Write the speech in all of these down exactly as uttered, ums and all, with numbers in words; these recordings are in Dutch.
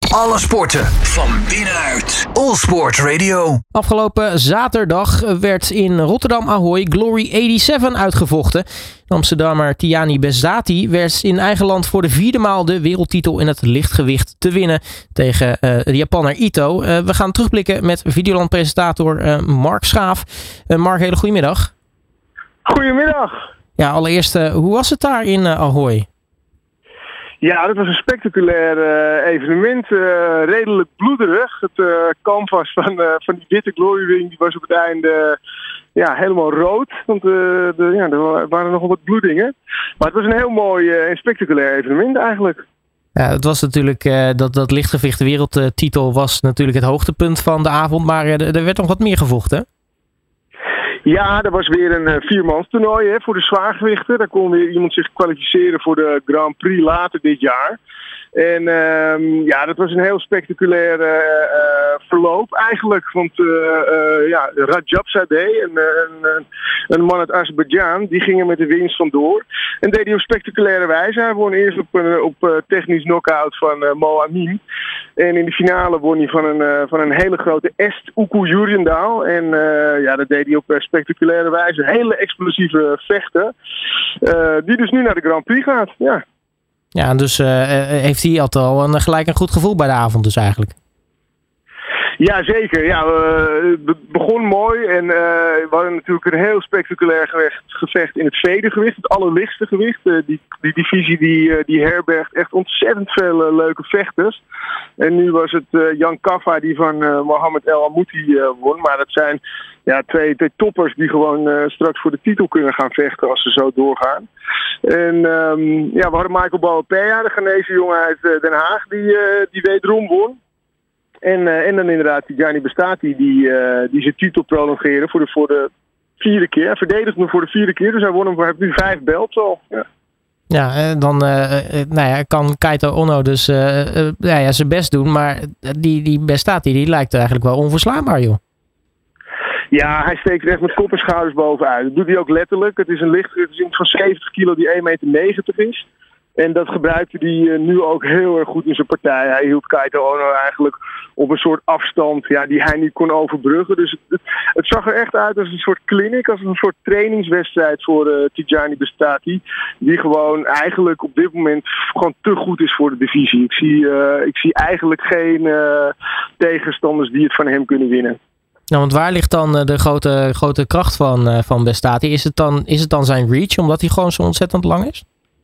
Alle sporten van binnenuit. All Sport Radio. Afgelopen zaterdag werd in Rotterdam Ahoy Glory eenenzeventig uitgevochten. De Amsterdammer Tiani Bezati werd in eigen land voor de vierde maal de wereldtitel in het lichtgewicht te winnen tegen uh, de Japanner Ito. Uh, we gaan terugblikken met Videoland-presentator uh, Mark Schaaf. Uh, Mark, hele goedemiddag. Goedemiddag. Ja, allereerst, uh, hoe was het daar in uh, Ahoy? Ja, dat was een spectaculair uh, evenement. Uh, redelijk bloederig. Het uh, canvas van, uh, van die witte Glory Ring die was op het einde uh, ja, helemaal rood. Want uh, de, ja, er waren nogal wat bloedingen. Maar het was een heel mooi uh, en spectaculair evenement eigenlijk. Ja, het was natuurlijk, uh, dat, dat lichtgewicht wereldtitel was natuurlijk het hoogtepunt van de avond. Maar uh, er werd nog wat meer gevochten. Ja, er was weer een uh, viermans toernooi hè, voor de zwaargewichten. Daar kon weer iemand zich kwalificeren voor de Grand Prix later dit jaar. En uh, ja, dat was een heel spectaculair uh, uh, verloop eigenlijk. Want uh, uh, ja, Rajabzadeh, een, een, een man uit Azerbeidzjan, die ging er met de winst vandoor. En deed hij op spectaculaire wijze. Hij won eerst op, uh, op uh, technisch knockout van uh, Mo Amin. En in de finale won hij van een, uh, van een hele grote Est Uku Jurjendaal. En uh, ja, dat deed hij op uh, spectaculaire wijze. Hele explosieve vechter. Uh, die dus nu naar de Grand Prix gaat, ja. Ja, dus uh, heeft hij altijd al een, gelijk een goed gevoel bij de avond dus eigenlijk. Ja, zeker. Ja, uh, het begon mooi en uh, we hadden natuurlijk een heel spectaculair gevecht, gevecht in het vedergewicht, het allerlichtste gewicht. Uh, die, die divisie die, uh, die herbergt echt ontzettend veel uh, leuke vechters. En nu was het uh, Jan Kaffa die van uh, Mohammed El Amouti uh, won, maar dat zijn ja, twee, twee toppers die gewoon uh, straks voor de titel kunnen gaan vechten als ze zo doorgaan. En um, ja, we hadden Michael Boapea, de Ghanese jongen uit uh, Den Haag, die, uh, die wederom won. En, uh, en dan inderdaad die Gianni Bestati die, uh, die zijn titel prolongeren voor de, voor de vierde keer. Hij verdedigt hem voor de vierde keer, dus hij won hem, hij heeft nu vijf belts al. Ja. Ja, dan uh, nou ja, kan Kaito Ono dus uh, uh, ja, ja, zijn best doen, maar die, die Bestati die lijkt eigenlijk wel onverslaanbaar, joh. Ja, hij steekt er echt met kop en schouders bovenuit. Dat doet hij ook letterlijk. Het is een licht, het is iemand van zeventig kilo die één meter negentig is. En dat gebruikte hij uh, nu ook heel erg goed in zijn partij. Hij hield Kaito Ono eigenlijk op een soort afstand ja, die hij niet kon overbruggen. Dus het, het, het zag er echt uit als een soort clinic, als een soort trainingswedstrijd voor uh, Tijani Bestati. Die gewoon eigenlijk op dit moment gewoon te goed is voor de divisie. Ik zie, uh, ik zie eigenlijk geen uh, tegenstanders die het van hem kunnen winnen. Nou, want waar ligt dan de grote, grote kracht van, uh, van Bestati? Is het, dan, is het dan zijn reach, omdat hij gewoon zo ontzettend lang is?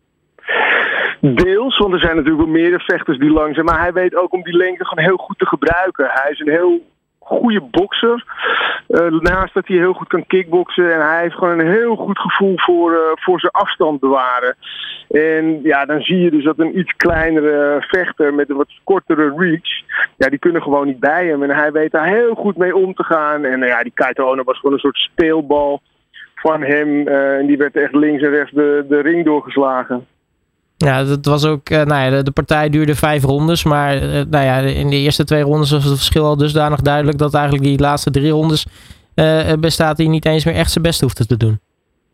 Deels, want er zijn natuurlijk wel meerdere vechters die lang zijn. Maar hij weet ook om die lengte gewoon heel goed te gebruiken. Hij is een heel goede bokser. Uh, naast dat hij heel goed kan kickboksen. En hij heeft gewoon een heel goed gevoel voor, uh, voor zijn afstand bewaren. En ja, dan zie je dus dat een iets kleinere vechter met een wat kortere reach, ja, die kunnen gewoon niet bij hem. En hij weet daar heel goed mee om te gaan. En uh, ja, die Kaito Ono was gewoon een soort speelbal van hem. Uh, en die werd echt links en rechts de, de ring doorgeslagen. Ja, dat was ook, uh, nou ja, de, de partij duurde vijf rondes, maar uh, nou ja, in de eerste twee rondes was het verschil al dusdanig duidelijk dat eigenlijk die laatste drie rondes uh, bestaat hij niet eens meer echt zijn best hoefde te doen.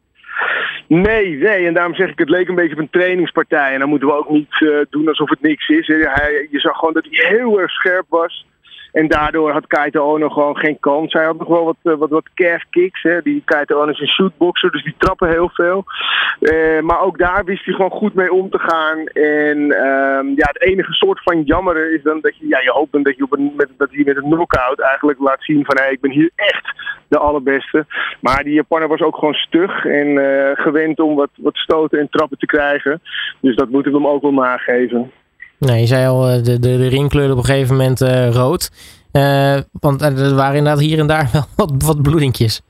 Nee, nee, en daarom zeg ik, het leek een beetje op een trainingspartij en dan moeten we ook niet uh, doen alsof het niks is. Hij, je zag gewoon dat hij heel erg scherp was. En daardoor had Kaito Ono gewoon geen kans. Hij had nog wel wat, wat, wat calf kicks. Hè. Die Kaito Ono is een shootboxer, dus die trappen heel veel. Uh, maar ook daar wist hij gewoon goed mee om te gaan. En uh, ja, het enige soort van jammer is dan dat je, ja, je hoopt dan dat je op een, met, dat hij met een knockout eigenlijk laat zien van, hé, hey, ik ben hier echt de allerbeste. Maar die Japaner was ook gewoon stug en uh, gewend om wat, wat stoten en trappen te krijgen. Dus dat moeten we hem ook wel nageven. Nee, je zei al, de, de, de ring kleurde op een gegeven moment uh, rood. Uh, want er waren inderdaad hier en daar wel wat, wat bloedingjes.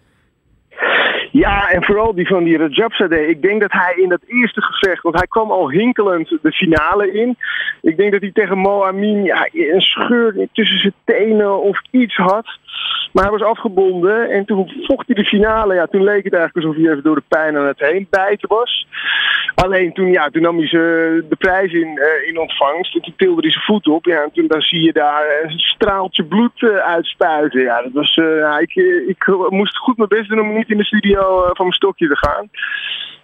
Ja, en vooral die van die Rajabzadeh. Ik denk dat hij in dat eerste gevecht, want hij kwam al hinkelend de finale in. Ik denk dat hij tegen Mo Amin ja, een scheur tussen zijn tenen of iets had. Maar hij was afgebonden en toen vocht hij de finale. Ja, toen leek het eigenlijk alsof hij even door de pijn aan het heen bijten was. Alleen toen, ja, toen nam hij ze de prijs in, uh, in ontvangst. En toen tilde hij zijn voet op. Ja, en toen dan zie je daar een straaltje bloed uh, uitspuiten. Ja, dat was, uh, ja, ik, ik moest goed mijn best doen om niet in de studio uh, van mijn stokje te gaan.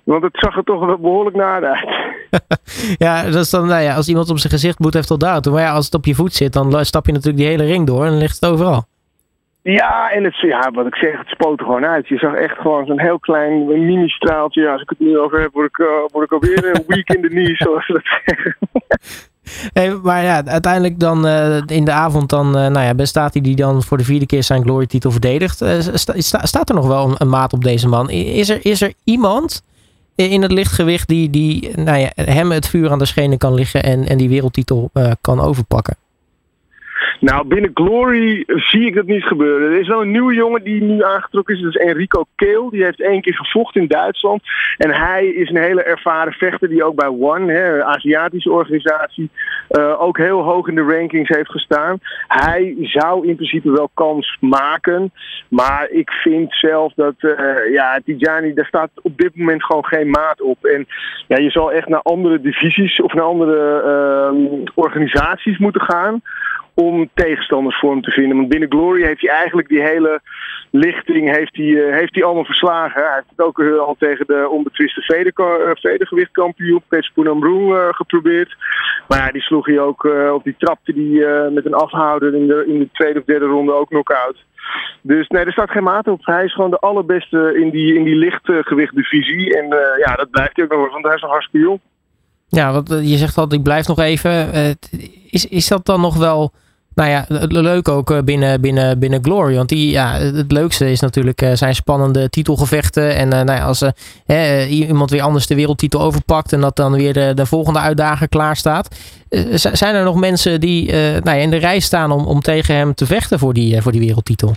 Want het zag er toch wel behoorlijk naar uit. Ja, dat is dan, nou ja, als iemand op zijn gezicht moet, heeft tot daartoe. Maar ja, als het op je voet zit, dan stap je natuurlijk die hele ring door en dan ligt het overal. Ja, en het, ja, wat ik zeg, het spoot er gewoon uit. Je zag echt gewoon zo'n heel klein mini-straaltje. Ja, als ik het nu over heb, word ik, uh, word ik alweer een week in the knee, zoals ze dat zeggen. Hey, maar ja, uiteindelijk dan uh, in de avond dan, uh, nou ja, bestaat hij die dan voor de vierde keer zijn Glory-titel verdedigt. Uh, sta, sta, staat er nog wel een, een maat op deze man? Is er, is er iemand in het lichtgewicht die, die nou ja, hem het vuur aan de schenen kan liggen en, en die wereldtitel uh, kan overpakken? Nou, binnen Glory zie ik dat niet gebeuren. Er is wel een nieuwe jongen die nu aangetrokken is. Dat is Enrico Keel. Die heeft één keer gevochten in Duitsland. En hij is een hele ervaren vechter die ook bij One, hè, Aziatische organisatie, uh, ook heel hoog in de rankings heeft gestaan. Hij zou in principe wel kans maken. Maar ik vind zelf dat, uh, ja, Tijani, daar staat op dit moment gewoon geen maat op. En ja, je zal echt naar andere divisies of naar andere uh, organisaties moeten gaan om tegenstanders voor hem te vinden. Want binnen Glory heeft hij eigenlijk die hele lichting heeft hij, uh, heeft hij allemaal verslagen. Hij heeft het ook uh, al tegen de onbetwiste vedergewichtkampioen Peter Poenamroen uh, geprobeerd. Maar ja, die sloeg hij ook uh, op die trapte die uh, met een afhouder in de, in de tweede of derde ronde ook knock-out. Dus nee, er staat geen maat op. Hij is gewoon de allerbeste in die, in die lichtgewichtdivisie. En uh, ja, dat blijft hij ook nog, want hij is nog hartstikke jong. Ja, want je zegt al, ik blijf nog even. Uh, is, is dat dan nog wel, nou ja, leuk ook binnen, binnen, binnen Glory? Want die, ja, het leukste is natuurlijk uh, zijn spannende titelgevechten. En uh, nou ja, als uh, iemand weer anders de wereldtitel overpakt en dat dan weer de, de volgende uitdager klaar staat. Uh, zijn er nog mensen die uh, nou ja, in de rij staan om, om tegen hem te vechten voor die, uh, voor die wereldtitel?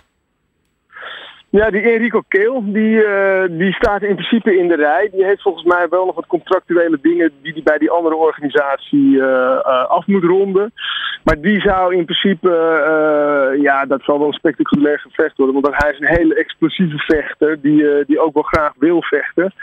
Ja, die Enrico Keel, die, uh, die staat in principe in de rij. Die heeft volgens mij wel nog wat contractuele dingen die hij bij die andere organisatie uh, uh, af moet ronden. Maar die zou in principe, uh, ja, dat zal wel een spectaculair gevecht worden. Want hij is een hele explosieve vechter die, uh, die ook wel graag wil vechten.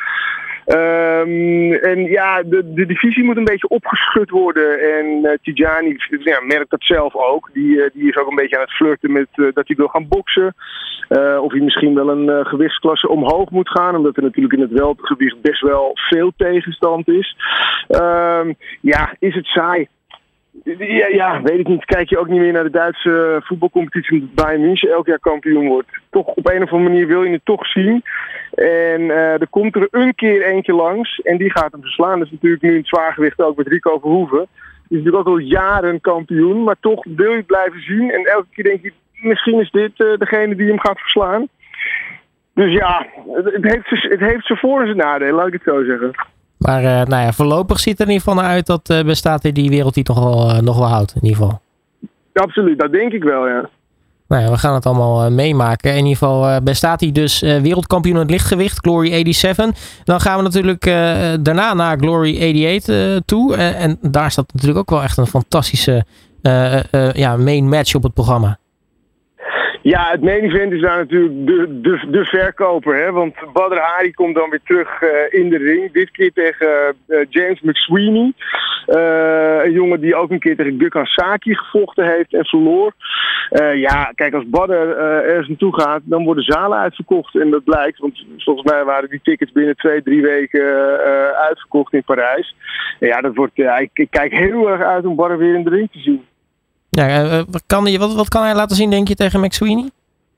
Um, en ja, de, de divisie moet een beetje opgeschud worden. En uh, Tijani ja, merkt dat zelf ook. Die, uh, die is ook een beetje aan het flirten met uh, dat hij wil gaan boksen. Uh, of hij misschien wel een uh, gewichtsklasse omhoog moet gaan. Omdat er natuurlijk in het weltergewicht best wel veel tegenstand is. Um, ja, is het saai? Ja, ja, weet ik niet. Kijk je ook niet meer naar de Duitse voetbalcompetitie omdat Bayern München elk jaar kampioen wordt. Toch op een of andere manier wil je het toch zien. En uh, er komt er een keer eentje langs en die gaat hem verslaan. Dat is natuurlijk nu in het zwaargewicht ook met Rico Verhoeven. Die is natuurlijk ook al jaren kampioen, maar toch wil je het blijven zien. En elke keer denk je, misschien is dit uh, degene die hem gaat verslaan. Dus ja, het, het heeft, het heeft zijn voor- en zijn nadelen, laat ik het zo zeggen. Maar uh, nou ja, voorlopig ziet er in ieder geval naar uit dat uh, Bestati die wereldtitel nog wel, uh, nog wel houdt. In ieder geval. Absoluut, dat denk ik wel, ja. Nou ja, we gaan het allemaal uh, meemaken. In ieder geval uh, Bestati dus uh, wereldkampioen in het lichtgewicht, Glory eenenzeventig. Dan gaan we natuurlijk uh, daarna naar Glory eenennegentig uh, toe. Uh, en daar staat natuurlijk ook wel echt een fantastische uh, uh, ja, main match op het programma. Ja, het main event is daar natuurlijk de, de, de verkoper. Hè? Want Badr Hari komt dan weer terug uh, in de ring. Dit keer tegen uh, James McSweeney. Uh, een jongen die ook een keer tegen Gökhan Saki gevochten heeft en verloor. Uh, ja, kijk, als Badr uh, ergens naartoe gaat, dan worden zalen uitverkocht. En dat blijkt, want volgens mij waren die tickets binnen twee, drie weken uh, uitverkocht in Parijs. En ja, dat wordt, uh, ik, ik kijk heel erg uit om Badr weer in de ring te zien. Ja, uh, kan hij, wat, wat kan hij laten zien, denk je, tegen McSweeney?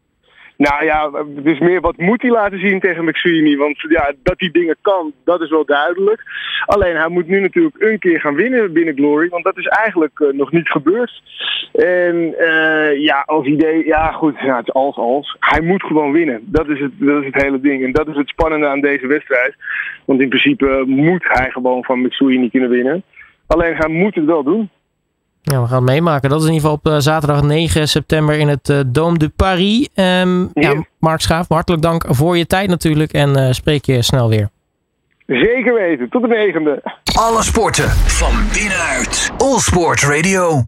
Nou ja, dus meer wat moet hij laten zien tegen McSweeney. Want ja, dat hij dingen kan, dat is wel duidelijk. Alleen hij moet nu natuurlijk een keer gaan winnen binnen Glory. Want dat is eigenlijk uh, nog niet gebeurd. En uh, ja, als idee, ja goed, ja, het is als als. Hij moet gewoon winnen. Dat is, het, dat is het hele ding. En dat is het spannende aan deze wedstrijd. Want in principe moet hij gewoon van McSweeney kunnen winnen. Alleen hij moet het wel doen. Ja, we gaan het meemaken. Dat is in ieder geval op uh, zaterdag negen september in het uh, Dôme de Paris. Um, ja. ja, Mark Schaaf, hartelijk dank voor je tijd natuurlijk. En uh, spreek je snel weer. Zeker weten. Tot de negende. Alle sporten van binnenuit. All Sport Radio.